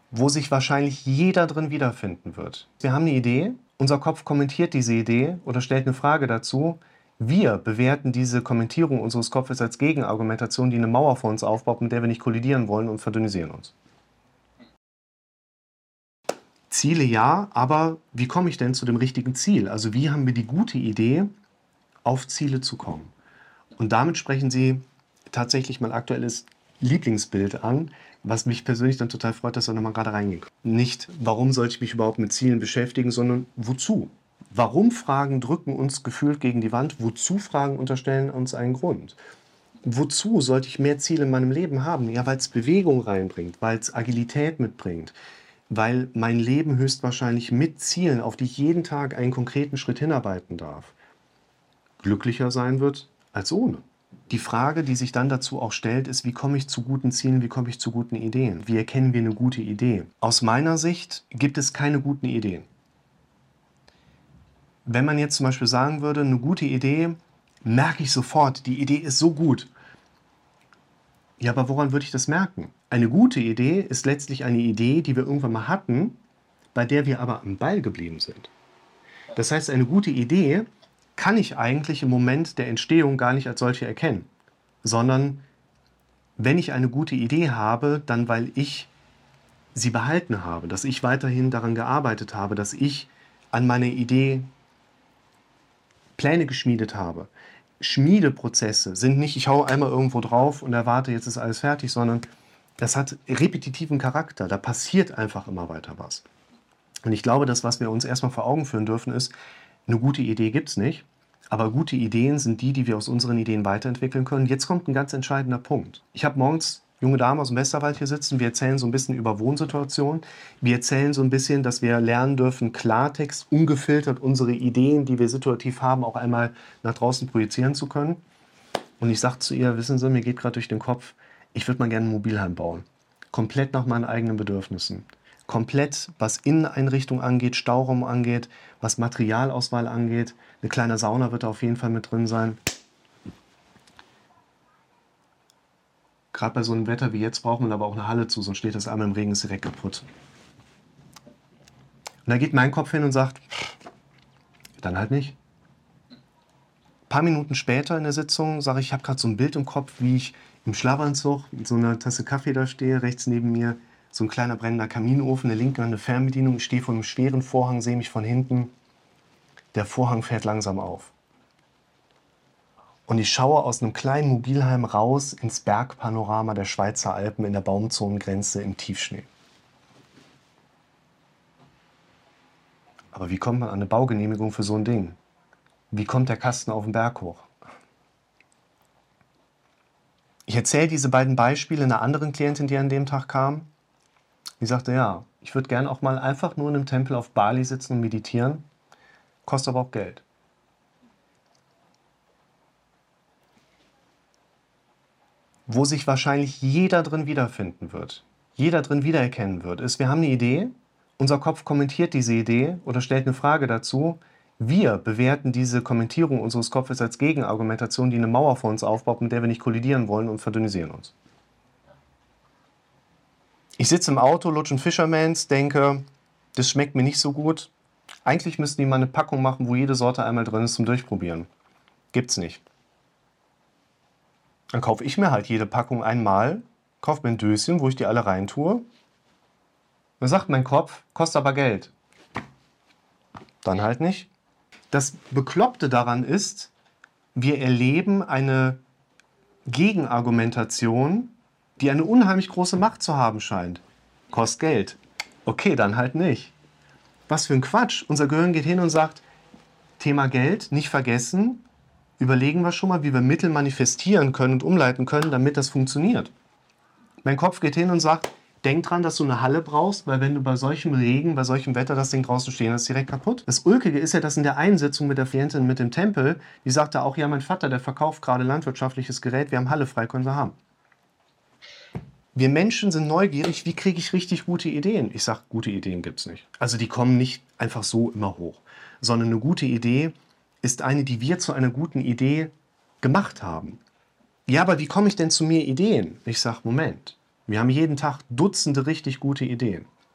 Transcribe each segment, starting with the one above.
wo sich wahrscheinlich jeder drin wiederfinden wird. Wir haben eine Idee, unser Kopf kommentiert diese Idee oder stellt eine Frage dazu. Wir bewerten diese Kommentierung unseres Kopfes als Gegenargumentation, die eine Mauer vor uns aufbaut, mit der wir nicht kollidieren wollen, und verdünnisieren uns. Ziele ja, aber wie komme ich denn zu dem richtigen Ziel? Also wie haben wir die gute Idee, auf Ziele zu kommen? Und damit sprechen Sie tatsächlich mein aktuelles Lieblingsbild an, was mich persönlich dann total freut, dass wir nochmal gerade reingehen können. Nicht, warum sollte ich mich überhaupt mit Zielen beschäftigen, sondern wozu? Warum-Fragen drücken uns gefühlt gegen die Wand, wozu-Fragen unterstellen uns einen Grund. Wozu sollte ich mehr Ziele in meinem Leben haben? Ja, weil es Bewegung reinbringt, weil es Agilität mitbringt, weil mein Leben höchstwahrscheinlich mit Zielen, auf die ich jeden Tag einen konkreten Schritt hinarbeiten darf, glücklicher sein wird als ohne. Die Frage, die sich dann dazu auch stellt, ist, wie komme ich zu guten Zielen, wie komme ich zu guten Ideen? Wie erkennen wir eine gute Idee? Aus meiner Sicht gibt es keine guten Ideen. Wenn man jetzt zum Beispiel sagen würde, eine gute Idee, merke ich sofort, die Idee ist so gut. Ja, aber woran würde ich das merken? Eine gute Idee ist letztlich eine Idee, die wir irgendwann mal hatten, bei der wir aber am Ball geblieben sind. Das heißt, eine gute Idee kann ich eigentlich im Moment der Entstehung gar nicht als solche erkennen, sondern wenn ich eine gute Idee habe, dann weil ich sie behalten habe, dass ich weiterhin daran gearbeitet habe, dass ich an meiner Idee Pläne geschmiedet habe. Schmiedeprozesse sind nicht, ich hau einmal irgendwo drauf und erwarte, jetzt ist alles fertig, sondern das hat repetitiven Charakter. Da passiert einfach immer weiter was. Und ich glaube, das, was wir uns erstmal vor Augen führen dürfen, ist, eine gute Idee gibt es nicht, aber gute Ideen sind die, die wir aus unseren Ideen weiterentwickeln können. Jetzt kommt ein ganz entscheidender Punkt. Ich habe morgens junge Damen aus dem Westerwald hier sitzen, wir erzählen so ein bisschen über Wohnsituationen, wir erzählen so ein bisschen, dass wir lernen dürfen, Klartext, ungefiltert unsere Ideen, die wir situativ haben, auch einmal nach draußen projizieren zu können. Und ich sage zu ihr, wissen Sie, mir geht gerade durch den Kopf, ich würde mal gerne ein Mobilheim bauen. Komplett nach meinen eigenen Bedürfnissen. Komplett, was Inneneinrichtung angeht, Stauraum angeht, was Materialauswahl angeht. Eine kleine Sauna wird da auf jeden Fall mit drin sein. Gerade bei so einem Wetter wie jetzt braucht man aber auch eine Halle zu, sonst steht das einmal im Regen, ist direkt kaputt. Und da geht mein Kopf hin und sagt, dann halt nicht. Ein paar Minuten später in der Sitzung sage ich, ich habe gerade so ein Bild im Kopf, wie ich im Schlafanzug mit so einer Tasse Kaffee da stehe, rechts neben mir so ein kleiner brennender Kaminofen, in der linken eine Fernbedienung, ich stehe vor einem schweren Vorhang, sehe mich von hinten, der Vorhang fährt langsam auf. Und ich schaue aus einem kleinen Mobilheim raus ins Bergpanorama der Schweizer Alpen in der Baumzonengrenze im Tiefschnee. Aber wie kommt man an eine Baugenehmigung für so ein Ding? Wie kommt der Kasten auf den Berg hoch? Ich erzähle diese beiden Beispiele einer anderen Klientin, die an dem Tag kam. Die sagte, ja, ich würde gerne auch mal einfach nur in einem Tempel auf Bali sitzen und meditieren. Kostet aber auch Geld. Wo sich wahrscheinlich jeder drin wiederfinden wird, jeder drin wiedererkennen wird, ist, wir haben eine Idee, unser Kopf kommentiert diese Idee oder stellt eine Frage dazu. Wir bewerten diese Kommentierung unseres Kopfes als Gegenargumentation, die eine Mauer vor uns aufbaut, mit der wir nicht kollidieren wollen, und verdünnisieren uns. Ich sitze im Auto, lutsche einen Fisherman's, denke, das schmeckt mir nicht so gut. Eigentlich müssten die mal eine Packung machen, wo jede Sorte einmal drin ist zum Durchprobieren. Gibt's nicht. Dann kaufe ich mir halt jede Packung einmal, kaufe mir ein Döschen, wo ich die alle reintue. Dann sagt mein Kopf, kostet aber Geld. Dann halt nicht. Das Bekloppte daran ist, wir erleben eine Gegenargumentation, die eine unheimlich große Macht zu haben scheint. Kostet Geld. Okay, dann halt nicht. Was für ein Quatsch. Unser Gehirn geht hin und sagt, Thema Geld, nicht vergessen, überlegen wir schon mal, wie wir Mittel manifestieren können und umleiten können, damit das funktioniert. Mein Kopf geht hin und sagt, denk dran, dass du eine Halle brauchst, weil wenn du bei solchem Regen, bei solchem Wetter das Ding draußen stehen hast, ist direkt kaputt. Das Ulkige ist ja, dass in der Einsitzung mit der Klientin mit dem Tempel, die sagte auch, ja, mein Vater, der verkauft gerade landwirtschaftliches Gerät, wir haben Halle frei, können wir haben. Wir Menschen sind neugierig, wie kriege ich richtig gute Ideen? Ich sage, gute Ideen gibt es nicht. Also die kommen nicht einfach so immer hoch, sondern eine gute Idee ist eine, die wir zu einer guten Idee gemacht haben. Ja, aber wie komme ich denn zu mehr Ideen? Ich sage, Moment, wir haben jeden Tag Dutzende richtig gute Ideen.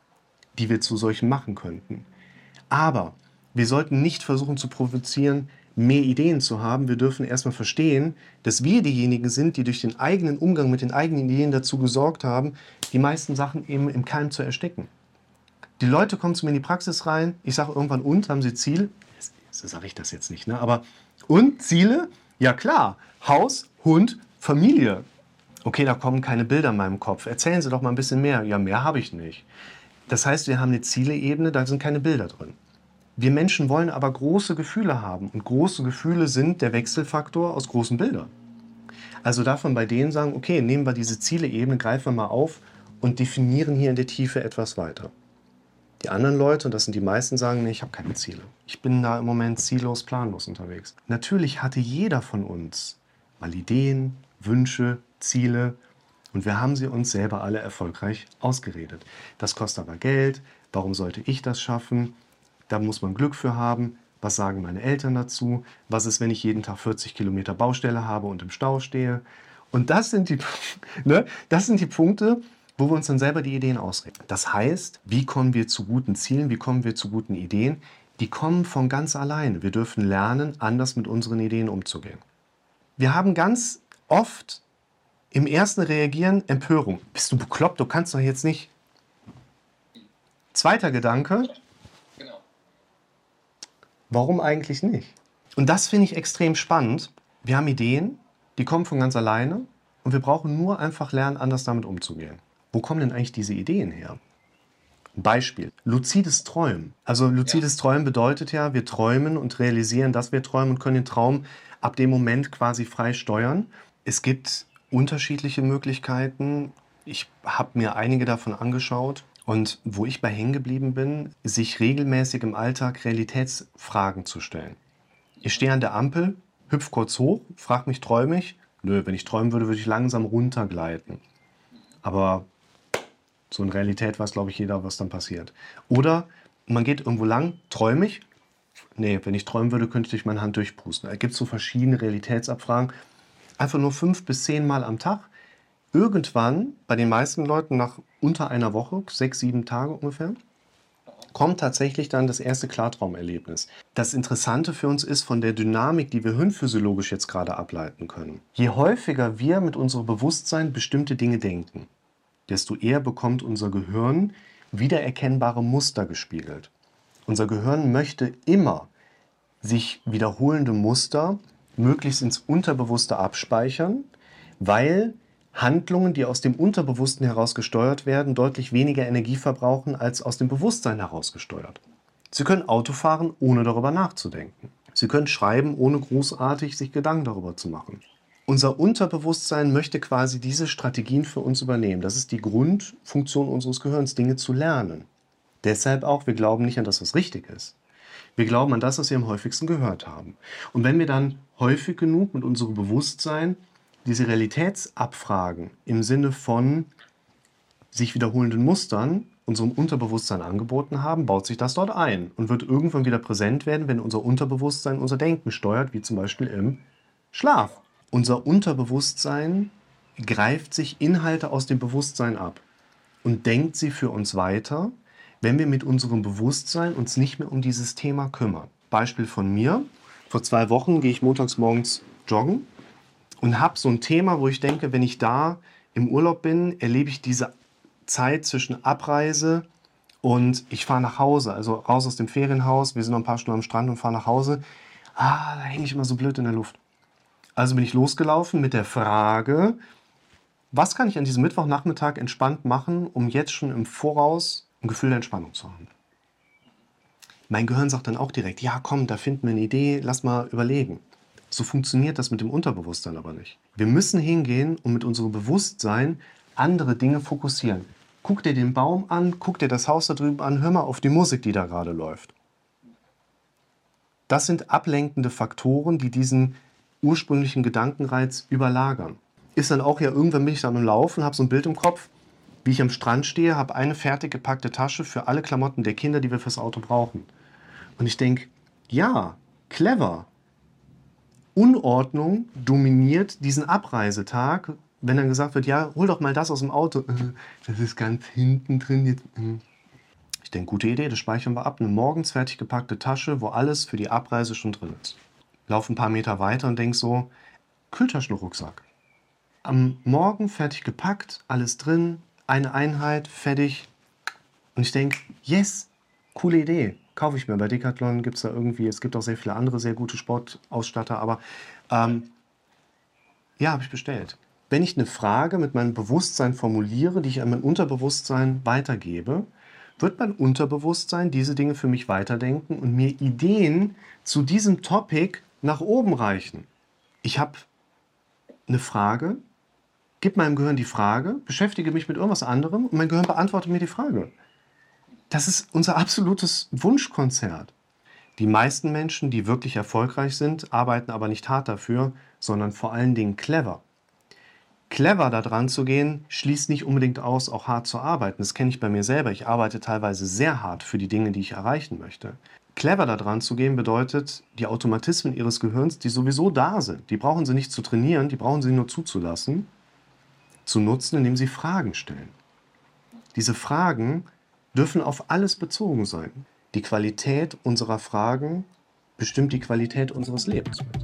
die wir zu solchen machen könnten. Aber wir sollten nicht versuchen zu provozieren, mehr Ideen zu haben. Wir dürfen erstmal verstehen, dass wir diejenigen sind, die durch den eigenen Umgang mit den eigenen Ideen dazu gesorgt haben, die meisten Sachen eben im Keim zu ersticken. Die Leute kommen zu mir in die Praxis rein, ich sage irgendwann, und, haben sie Ziel? So sage ich das jetzt nicht, ne? Aber, und, Ziele? Ja klar, Haus, Hund, Familie. Okay, da kommen keine Bilder in meinem Kopf. Erzählen Sie doch mal ein bisschen mehr. Ja, mehr habe ich nicht. Das heißt, wir haben eine Zieleebene, da sind keine Bilder drin. Wir Menschen wollen aber große Gefühle haben. Und große Gefühle sind der Wechselfaktor aus großen Bildern. Also darf man bei denen sagen, okay, nehmen wir diese Zieleebene, greifen wir mal auf und definieren hier in der Tiefe etwas weiter. Die anderen Leute, und das sind die meisten, sagen, nee, ich habe keine Ziele. Ich bin da im Moment ziellos, planlos unterwegs. Natürlich hatte jeder von uns mal Ideen, Wünsche, Ziele, und wir haben sie uns selber alle erfolgreich ausgeredet. Das kostet aber Geld. Warum sollte ich das schaffen? Da muss man Glück für haben. Was sagen meine Eltern dazu? Was ist, wenn ich jeden Tag 40 Kilometer Baustelle habe und im Stau stehe? Und das sind die, ne, das sind die Punkte, wo wir uns dann selber die Ideen ausreden. Das heißt, wie kommen wir zu guten Zielen? Wie kommen wir zu guten Ideen? Die kommen von ganz alleine. Wir dürfen lernen, anders mit unseren Ideen umzugehen. Wir haben ganz oft im ersten Reagieren Empörung. Bist du bekloppt? Du kannst doch jetzt nicht. Zweiter Gedanke. Genau. Warum eigentlich nicht? Und das finde ich extrem spannend. Wir haben Ideen, die kommen von ganz alleine und wir brauchen nur einfach lernen, anders damit umzugehen. Wo kommen denn eigentlich diese Ideen her? Beispiel, luzides Träumen. Also luzides Träumen bedeutet ja, wir träumen und realisieren, dass wir träumen und können den Traum ab dem Moment quasi frei steuern. Es gibt unterschiedliche Möglichkeiten. Ich habe mir einige davon angeschaut. Und wo ich bei hängen geblieben bin, sich regelmäßig im Alltag Realitätsfragen zu stellen. Ich stehe an der Ampel, hüpf kurz hoch, frage mich, träume ich? Nö, wenn ich träumen würde, würde ich langsam runtergleiten. Aber so in Realität weiß, glaube ich, jeder, was dann passiert. Oder man geht irgendwo lang, träume ich? Nee, wenn ich träumen würde, könnte ich durch meine Hand durchpusten. Es gibt so verschiedene Realitätsabfragen. Einfach nur 5 bis 10 Mal am Tag. Irgendwann, bei den meisten Leuten nach unter einer Woche, 6, 7 Tage ungefähr, kommt tatsächlich dann das erste Klartraumerlebnis. Das Interessante für uns ist von der Dynamik, die wir hirnphysiologisch jetzt gerade ableiten können. Je häufiger wir mit unserem Bewusstsein bestimmte Dinge denken, desto eher bekommt unser Gehirn wiedererkennbare Muster gespiegelt. Unser Gehirn möchte immer sich wiederholende Muster möglichst ins Unterbewusste abspeichern, weil Handlungen, die aus dem Unterbewussten heraus gesteuert werden, deutlich weniger Energie verbrauchen als aus dem Bewusstsein heraus gesteuert. Sie können Auto fahren, ohne darüber nachzudenken. Sie können schreiben, ohne großartig sich Gedanken darüber zu machen. Unser Unterbewusstsein möchte quasi diese Strategien für uns übernehmen. Das ist die Grundfunktion unseres Gehirns, Dinge zu lernen. Deshalb auch, wir glauben nicht an das, was richtig ist. Wir glauben an das, was wir am häufigsten gehört haben. Und wenn wir dann häufig genug mit unserem Bewusstsein diese Realitätsabfragen im Sinne von sich wiederholenden Mustern unserem Unterbewusstsein angeboten haben, baut sich das dort ein und wird irgendwann wieder präsent werden, wenn unser Unterbewusstsein unser Denken steuert, wie zum Beispiel im Schlaf. Unser Unterbewusstsein greift sich Inhalte aus dem Bewusstsein ab und denkt sie für uns weiter, wenn wir mit unserem Bewusstsein uns nicht mehr um dieses Thema kümmern. Beispiel von mir. Vor 2 Wochen gehe ich montags morgens joggen und habe so ein Thema, wo ich denke, wenn ich da im Urlaub bin, erlebe ich diese Zeit zwischen Abreise und ich fahre nach Hause, also raus aus dem Ferienhaus. Wir sind noch ein paar Stunden am Strand und fahren nach Hause. Da hänge ich immer so blöd in der Luft. Also bin ich losgelaufen mit der Frage, was kann ich an diesem Mittwochnachmittag entspannt machen, um jetzt schon im Voraus ein Gefühl der Entspannung zu haben. Mein Gehirn sagt dann auch direkt, ja komm, da finden wir eine Idee, lass mal überlegen. So funktioniert das mit dem Unterbewusstsein aber nicht. Wir müssen hingehen und mit unserem Bewusstsein andere Dinge fokussieren. Guck dir den Baum an, guck dir das Haus da drüben an, hör mal auf die Musik, die da gerade läuft. Das sind ablenkende Faktoren, die diesen ursprünglichen Gedankenreiz überlagern. Ist dann auch ja, irgendwann bin ich dann am Laufen, habe so ein Bild im Kopf, wie ich am Strand stehe, habe eine fertig gepackte Tasche für alle Klamotten der Kinder, die wir fürs Auto brauchen. Und ich denke, ja, clever. Unordnung dominiert diesen Abreisetag, wenn dann gesagt wird, ja, hol doch mal das aus dem Auto. Das ist ganz hinten drin. Jetzt. Ich denke, gute Idee, das speichern wir ab. Eine morgens fertig gepackte Tasche, wo alles für die Abreise schon drin ist. Laufe ein paar Meter weiter und denke so, Kühltaschenrucksack. Am Morgen fertig gepackt, alles drin, eine Einheit, fertig. Und ich denke, yes, coole Idee, kaufe ich mir. Bei Decathlon gibt es da irgendwie, es gibt auch sehr viele andere sehr gute Sportausstatter, aber ja, habe ich bestellt. Wenn ich eine Frage mit meinem Bewusstsein formuliere, die ich an mein Unterbewusstsein weitergebe, wird mein Unterbewusstsein diese Dinge für mich weiterdenken und mir Ideen zu diesem Topic nach oben reichen. Ich habe eine Frage, gebe meinem Gehirn die Frage, beschäftige mich mit irgendwas anderem und mein Gehirn beantwortet mir die Frage. Das ist unser absolutes Wunschkonzert. Die meisten Menschen, die wirklich erfolgreich sind, arbeiten aber nicht hart dafür, sondern vor allen Dingen clever. Clever da dran zu gehen, schließt nicht unbedingt aus, auch hart zu arbeiten. Das kenne ich bei mir selber. Ich arbeite teilweise sehr hart für die Dinge, die ich erreichen möchte. Clever da dran zu gehen bedeutet, die Automatismen ihres Gehirns, die sowieso da sind, die brauchen sie nicht zu trainieren, die brauchen sie nur zuzulassen, zu nutzen, indem sie Fragen stellen. Diese Fragen dürfen auf alles bezogen sein. Die Qualität unserer Fragen bestimmt die Qualität unseres Lebens mit.